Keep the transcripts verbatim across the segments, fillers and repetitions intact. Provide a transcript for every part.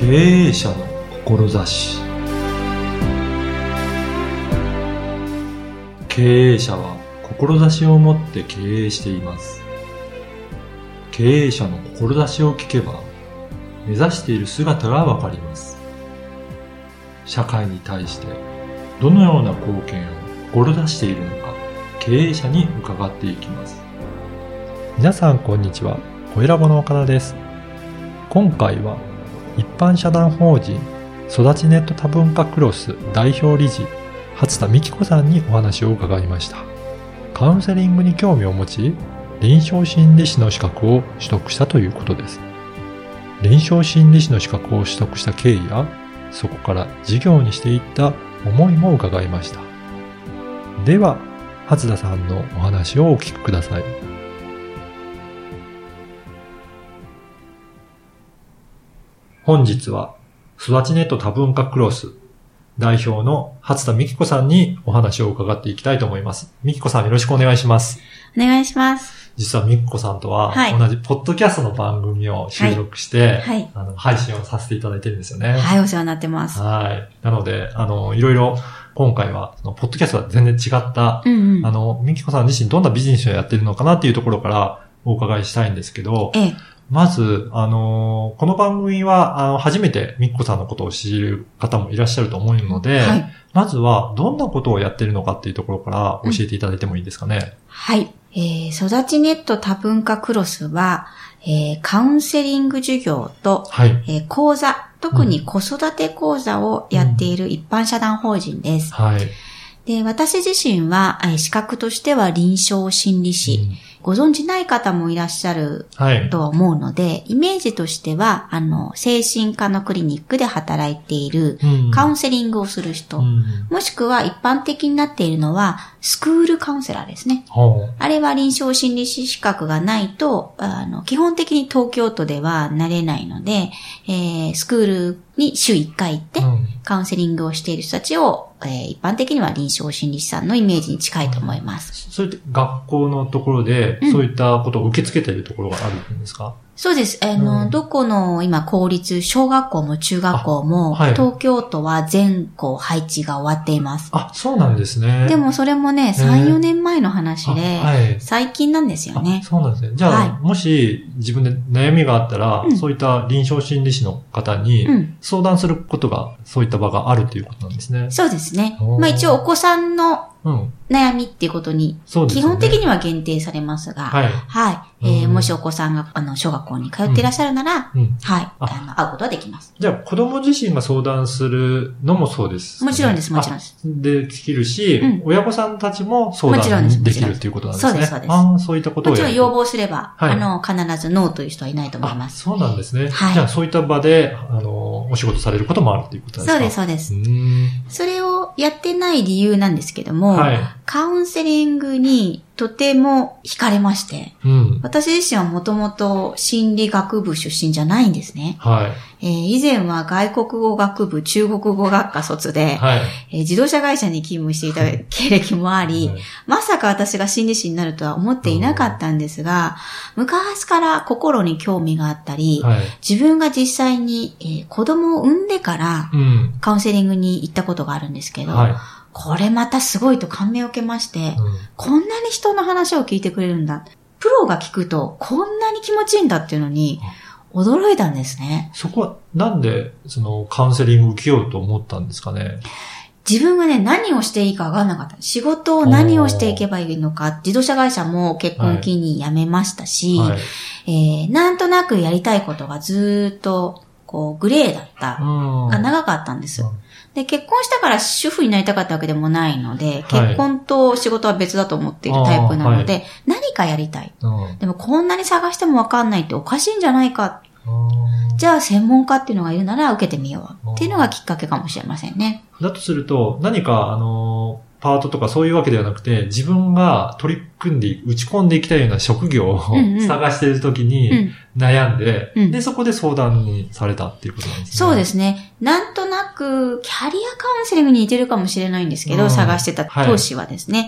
経営者の志。経営者は志を持って経営しています。経営者の志を聞けば、目指している姿がわかります。社会に対してどのような貢献を志しているのか、経営者に伺っていきます。 皆さんこんにちは、小ラボの岡田です。今回は一般社団法人育ちネット多文化クロス代表理事初田美希子さんにお話を伺いました。カウンセリングに興味を持ち、臨床心理士の資格を取得したということです。臨床心理士の資格を取得した経緯や、そこから事業にしていった思いも伺いました。では、初田さんのお話をお聞きください。 本日は育ちネット多文化クロス代表の初田美希子さんにお話を伺っていきたいと思います。美希子さん、よろしくお願いします。 お願いします。 実は美希子さんとは同じポッドキャストの番組を収録して、はいはい、あの配信をさせていただいてるんですよね。 はい、お世話になってます。 はい。なので、あの、いろいろ今回はそのポッドキャストは全然違った、うんうん、あの、美希子さん自身どんなビジネスをやっているのかなっていうところからお伺いしたいんですけど、ええ、まず、あのー、この番組は、あの、初めてみっこさんのことを知る方もいらっしゃると思うので、はい、まずは、どんなことをやっているのかっていうところから教えていただいてもいいですかね。うん、 はい。えー、育ちネット多文化クロスは、えー、カウンセリング授業と、はい、えー、講座、特に子育て講座をやっている一般社団法人です。うんうん、はい。で、私自身は、資格としては臨床心理士、うん、ご存知ない方もいらっしゃるとは思うので、はい、イメージとしては、あの、精神科のクリニックで働いている、カウンセリングをする人、うん、もしくは一般的になっているのは、スクールカウンセラーですね。うん、あれは臨床心理士資格がないと、あの、基本的に東京都ではなれないので、えー、スクールに週いっかい行って、カウンセリングをしている人たちを、えー、一般的には臨床心理士さんのイメージに近いと思います。 それって学校のところで、そういったことを受け付けているところがあるんですか？ そうです。あの、うん、どこの今公立、小学校も中学校も、はい、東京都は全校配置が終わっています。 あ、そうなんですね。 でもそれもね、さん、よねんまえの話で、はい、最近なんですよね。 そうなんですね。じゃあ、はい、もし自分で悩みがあったら、うん、そういった臨床心理士の方に相談することが、そういった場があるということなんですね。 そうですね。まあ一応お子さんの悩みっていうことに、基本的には限定されますが、はい。はい。えー、もしお子さんが、あの、小学校に通っていらっしゃるなら、うん、はい。あの、会うことはできます。 じゃあ、子供自身が相談するのもそうです、 ね。もちろんです、もちろんです。 で、できるし、うん、親御さんたちも相談できるっていうことなんですね。 そうです、そうです。 あそういったことをやる。 もちろん要望すれば、はい、あの、必ずノーという人はいないと思います。 そうなんですね。はい。じゃあ、そういった場で、あの、お仕事されることもあるっていうことですか？ そうです、そうです。うんそれをやってない理由なんですけども、はい、カウンセリングにとても惹かれまして、うん、私自身はもともと心理学部出身じゃないんですね。はい。えー、以前は外国語学部、中国語学科卒で、はいえー、自動車会社に勤務していた経歴もあり、はい、まさか私が心理師になるとは思っていなかったんですが、うん、昔から心に興味があったり、はい、自分が実際に、えー、子供を産んでからカウンセリングに行ったことがあるんですけど、はいこれまたすごいと感銘を受けまして、うん、こんなに人の話を聞いてくれるんだ。プロが聞くとこんなに気持ちいいんだっていうのに驚いたんですね。 そこはなんでそのカウンセリングを受けようと思ったんですかね。 自分がね、何をしていいか分かんなかった。仕事を何をしていけばいいのか、自動車会社も結婚を機に辞めましたし、はいえー、なんとなくやりたいことがずっとこうグレーだった、が長かったんです。うんで、結婚したから主婦になりたかったわけでもないので、結婚と仕事は別だと思っているタイプなので、はい、何かやりたい。でもこんなに探してもわかんないっておかしいんじゃないか。じゃあ専門家っていうのがいるなら受けてみようっていうのがきっかけかもしれませんね。 だとすると、何かあの、パートとかそういうわけではなくて、自分が取り組んで、打ち込んでいきたいような職業を、うんうん、探しているときに悩んで、うんうん、で、そこで相談にされたっていうことなんですね。 そうですね。なんとなく、キャリアカウンセリングに似てるかもしれないんですけど、うん、探してた当時はですね。はい、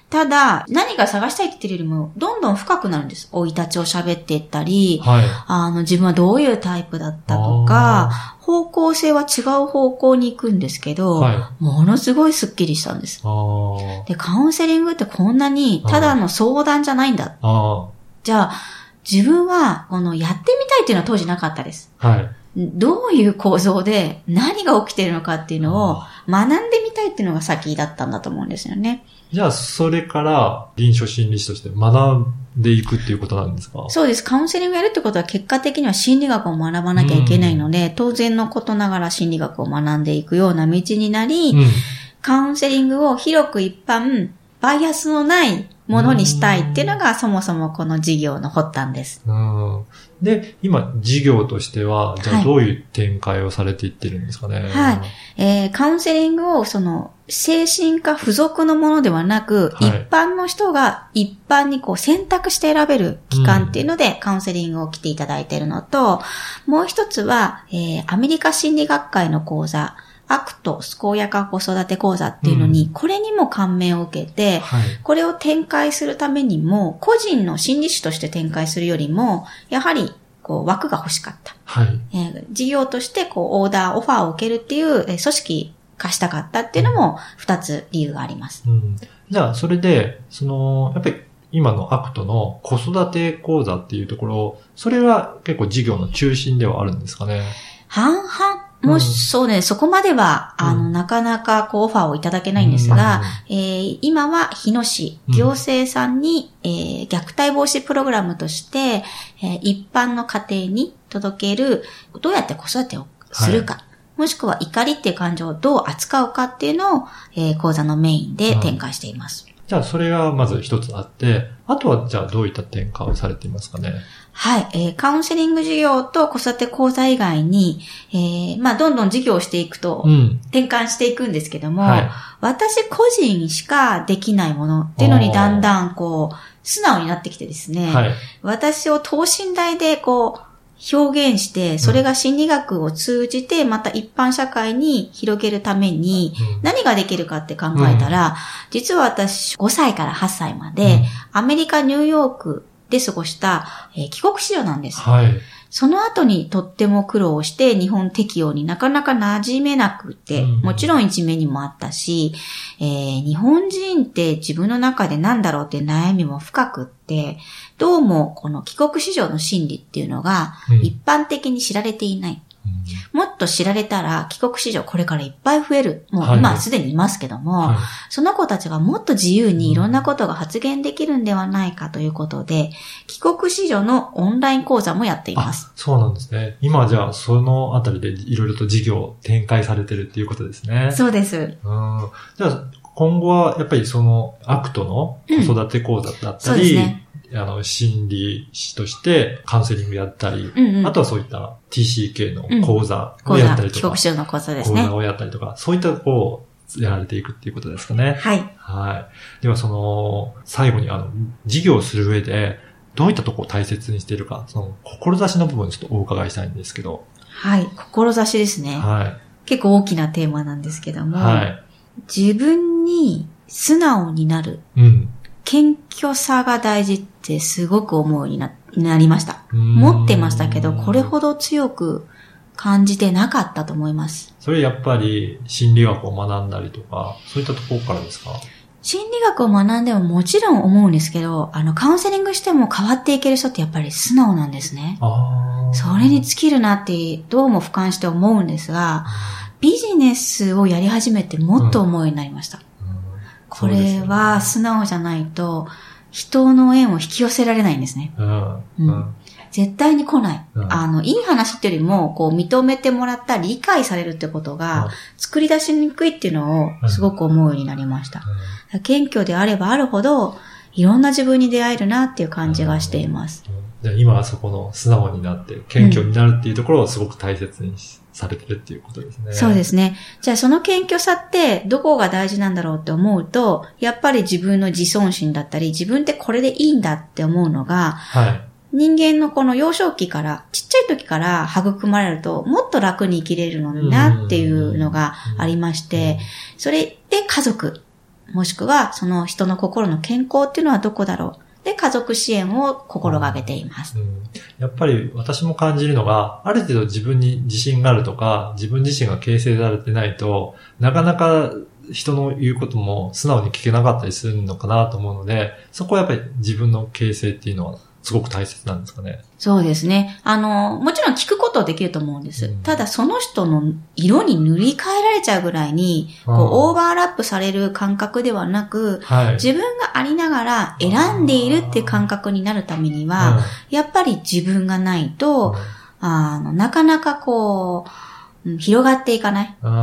ただ、何か探したいって言ってるよりも、どんどん深くなるんです。生い立ちを喋っていったり、はい、あの、自分はどういうタイプだったとか、方向性は違う方向に行くんですけど、はい、ものすごいスッキリしたんです。で、カウンセリングってこんなに、ただの相談じゃないんだ。じゃあ、自分は、この、やってみたいっていうのは当時なかったです。はい。どういう構造で何が起きているのかっていうのを学んでみたいっていうのが先だったんだと思うんですよね。 じゃあ、それから臨床心理士として学んでいくっていうことなんですか？ そうです。カウンセリングやるってことは結果的には心理学を学ばなきゃいけないので、当然のことながら心理学を学んでいくような道になり、うん、カウンセリングを広く一般、バイアスのないものにしたいっていうのがそもそもこの事業の発端です。 うん。で、今事業としては、じゃあどういう展開をされていってるんですかね。 はい。えー、カウンセリングをその精神科付属のものではなく、はい、一般の人が一般にこう選択して選べる機関っていうので、うん、カウンセリングを来ていただいているのと、もう一つは、えー、アメリカ心理学会の講座、アクト健やか子育て講座っていうのに、うん、これにも感銘を受けて、はい、これを展開するためにも、個人の心理師として展開するよりも、やはり、こう、枠が欲しかった。はい。えー、事業として、こう、オーダー、オファーを受けるっていう、えー、組織化したかったっていうのも、二つ理由があります。 うん。じゃあ、それで、その、やっぱり、今のアクトの子育て講座っていうところ、それは結構事業の中心ではあるんですかね。 半々。もし、そうね、そこまでは、あの、うん、なかなか、こう、オファーをいただけないんですが、うん、えー、今は、日野市、行政さんに、うん、えー、虐待防止プログラムとして、えー、一般の家庭に届ける、どうやって子育てをするか、はい、もしくは怒りっていう感情をどう扱うかっていうのを、えー、講座のメインで展開しています。 うん、じゃあ、それがまず一つあって、あとは、じゃあ、どういった展開をされていますかね。 はい、えー、カウンセリング事業と子育て講座以外に、えー、まあ、どんどん事業をしていくと、転換していくんですけども、うんはい、私個人しかできないものっていうのにだんだん、こう、素直になってきてですね、はい、私を等身大で、こう、表現して、それが心理学を通じて、また一般社会に広げるために、何ができるかって考えたら、うん、実は私ごさいからはっさいまで、アメリカ・ニューヨーク、で過ごした、えー、帰国子女なんです。はい。その後にとっても苦労して日本適応になかなか馴染めなくて、うん、もちろんいじめにもあったし、えー、日本人って自分の中で何だろうっていう悩みも深くって、どうもこの帰国子女の心理っていうのが一般的に知られていない。うんもっと知られたら帰国子女これからいっぱい増える。もう今すでにいますけども、はいはい、その子たちがもっと自由にいろんなことが発言できるんではないかということで、帰国子女のオンライン講座もやっています。 そうなんですね。今はじゃあそのあたりでいろいろと事業を展開されてるっていうことですね。 そうです。うん。 じゃあ今後はやっぱりそのアクトの子育て講座だったり、うん、そうですね。あの、心理師としてカウンセリングやったり、うんうん、あとはそういった ティーシーケー の講座をやったりとか、うん、帰国子女の講座ですね。 講座をやったりとか、そういったこう、やられていくっていうことですかね。 はい。 はい。ではその、最後にあの、事業をする上で、どういったところを大切にしているか、その、志の部分ちょっとお伺いしたいんですけど。 はい。志ですね。はい。結構大きなテーマなんですけども、はい。自分に素直になる。うん。謙虚さが大事ってすごく思うように な, なりました。持ってましたけど、これほど強く感じてなかったと思います。 それやっぱり心理学を学んだりとか、そういったところからですか？ 心理学を学んでももちろん思うんですけど、あの、カウンセリングしても変わっていける人ってやっぱり素直なんですね。あそれに尽きるなってどうも俯瞰して思うんですが、ビジネスをやり始めてもっと思うようになりました。うんこれは素直じゃないと人の縁を引き寄せられないんですね。うんうん、絶対に来ない、うん。あの、いい話っていうよりも、こう認めてもらった理解されるってことが作り出しにくいっていうのをすごく思うようになりました。うん、謙虚であればあるほどいろんな自分に出会えるなっていう感じがしています。 うんうん、今はそこの素直になって謙虚になるっていうところをすごく大切にして、されてるっていうことですね。 そうですね。じゃあその謙虚さってどこが大事なんだろうって思うと、やっぱり自分の自尊心だったり、自分ってこれでいいんだって思うのが、はい、人間のこの幼少期から、ちっちゃい時から育まれると、もっと楽に生きれるのになっていうのがありまして、それで家族もしくはその人の心の健康っていうのはどこだろう。で、家族支援を心がけています、 うん。やっぱり私も感じるのが、ある程度自分に自信があるとか、自分自身が形成されてないと、なかなか人の言うことも素直に聞けなかったりするのかなと思うので、そこはやっぱり自分の形成っていうのはすごく大切なんですかね。 そうですね。あの、もちろん聞くことはできると思うんです。うん、ただその人の色に塗り替えられちゃうぐらいに、こうオーバーラップされる感覚ではなく、はい、自分がありながら選んでいるっていう感覚になるためには、やっぱり自分がないと、あの、なかなかこう、広がっていかない、うん。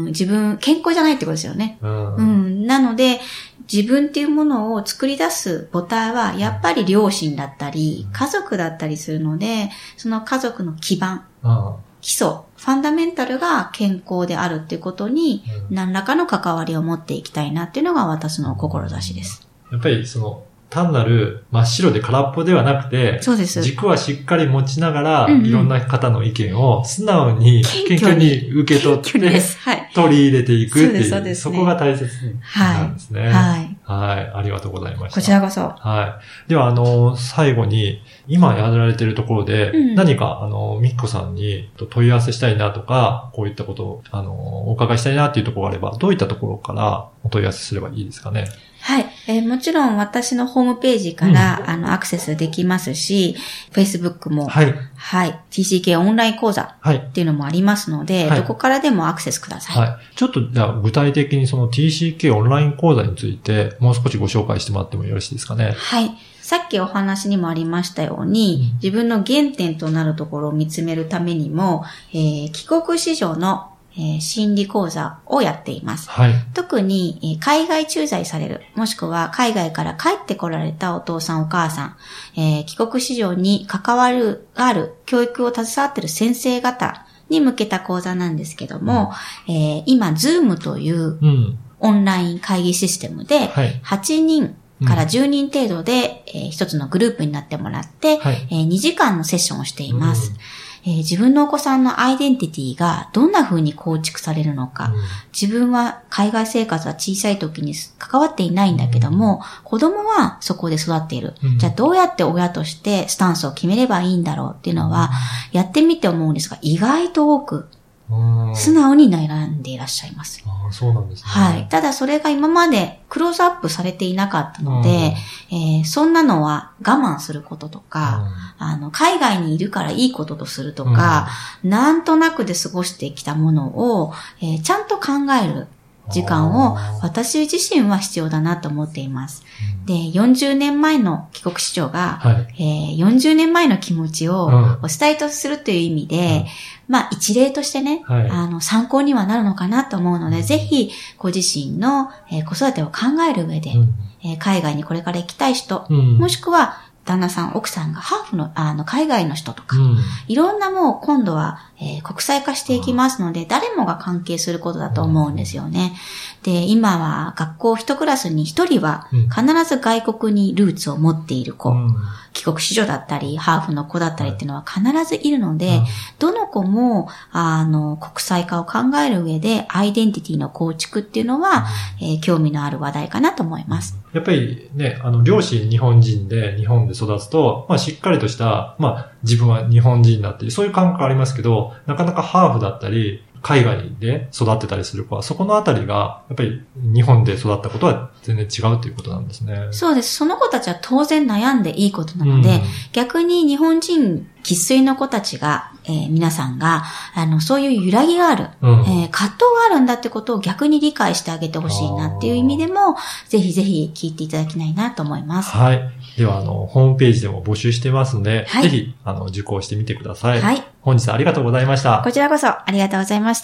自分、健康じゃないってことですよね。うん、なので、自分っていうものを作り出す母体はやっぱり両親だったり家族だったりするので、その家族の基盤、基礎、ファンダメンタルが健康であるっていうことに何らかの関わりを持っていきたいなっていうのが私の志です。 やっぱりその単なる真っ白で空っぽではなくて、 そうです。 軸はしっかり持ちながら、うんうん、いろんな方の意見を素直に謙虚に受け取って、はい、取り入れていくっていう、そうです、そうですね、そこが大切なんですね。はい。はい。はい。ありがとうございました。 こちらこそ。 はい。では、あの、最後に、今やられているところで、うん、何か、あの、みっこさんに問い合わせしたいなとか、こういったことを、あの、お伺いしたいなっていうところがあれば、どういったところからお問い合わせすればいいですかね。 はい、えー。もちろん私のホームページから、うん、あのアクセスできますし、Facebook も、はい、はい、ティーシーケー オンライン講座っていうのもありますので、はい、どこからでもアクセスください。はい。 ちょっとじゃあ具体的にその ティーシーケー オンライン講座についてもう少しご紹介してもらってもよろしいですかね。 はい。さっきお話にもありましたように、うん、自分の原点となるところを見つめるためにも、えー、帰国子女のえー、心理講座をやっています。はい、特に、えー、海外駐在される、もしくは海外から帰ってこられたお父さんお母さん、えー、帰国子女に関わる、がある教育を携わっている先生方に向けた講座なんですけども、うん、えー、今、Zoom というオンライン会議システムで、はちにんからじゅうにん程度で、えー、一つのグループになってもらって、はい、えー、にじかんのセッションをしています。うん、えー、自分のお子さんのアイデンティティがどんな風に構築されるのか、うん、自分は海外生活は小さい時に関わっていないんだけども、うん、子供はそこで育っている、うん。じゃあどうやって親としてスタンスを決めればいいんだろうっていうのは、うん、やってみて思うんですが、意外と多く、素直に悩んでいらっしゃいます。 ああ、そうなんですね。 はい。ただそれが今までクローズアップされていなかったので、えー、そんなのは我慢することとか、あの、海外にいるからいいこととするとか、なんとなくで過ごしてきたものを、えー、ちゃんと考える時間を私自身は必要だなと思っています。で、よんじゅうねんまえの帰国子女が、はい、えー、よんじゅうねんまえの気持ちをお伝えとするという意味で、うん、まあ一例としてね、はい、あの参考にはなるのかなと思うので、うん、ぜひご自身の、えー、子育てを考える上で、うん、えー、海外にこれから行きたい人、うん、もしくは旦那さん、奥さんがハーフの、あの、海外の人とか、うん、いろんなもう今度は、えー、国際化していきますので、誰もが関係することだと思うんですよね。で、今は学校一クラスに一人は必ず外国にルーツを持っている子、うん、帰国子女だったり、ハーフの子だったりっていうのは必ずいるので、うん、どの子も、あの、国際化を考える上で、アイデンティティの構築っていうのは、うん、えー、興味のある話題かなと思います。 やっぱりね、あの、両親日本人で日本で育つと、まあ、しっかりとした、まあ、自分は日本人だっていう、そういう感覚ありますけど、なかなかハーフだったり、海外で育ってたりする子は、そこのあたりが、やっぱり日本で育ったことは全然違うということなんですね。 そうです。その子たちは当然悩んでいいことなので、うん、逆に日本人生粋の子たちが、えー、皆さんが、あの、そういう揺らぎがある、うん、えー、葛藤があるんだってことを逆に理解してあげてほしいなっていう意味でも、ぜひぜひ聞いていただきたいなと思います。 はい。では、あの、ホームページでも募集してますので、はい、ぜひ、あの、受講してみてください。はい。本日はありがとうございました。 こちらこそありがとうございました。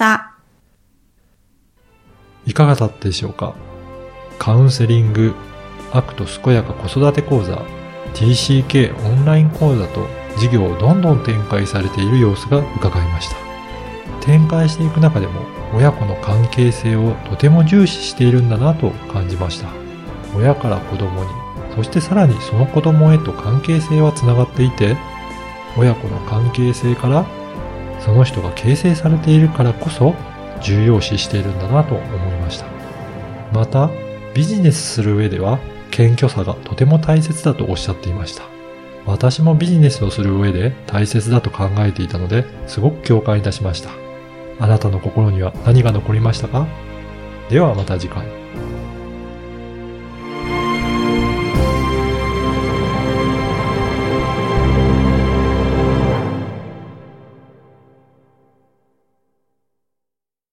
いかがだったでしょうか。カウンセリング、アクト健やか子育て講座、ティーシーケー オンライン講座と事業をどんどん展開されている様子が伺いました。展開していく中でも、親子の関係性をとても重視しているんだなと感じました。親から子供に、そしてさらにその子供へと関係性はつながっていて、親子の関係性からその人が形成されているからこそ重要視しているんだなと思いました。またビジネスする上では謙虚さがとても大切だとおっしゃっていました。私もビジネスをする上で大切だと考えていたので、すごく共感いたしました。あなたの心には何が残りましたか？ではまた次回。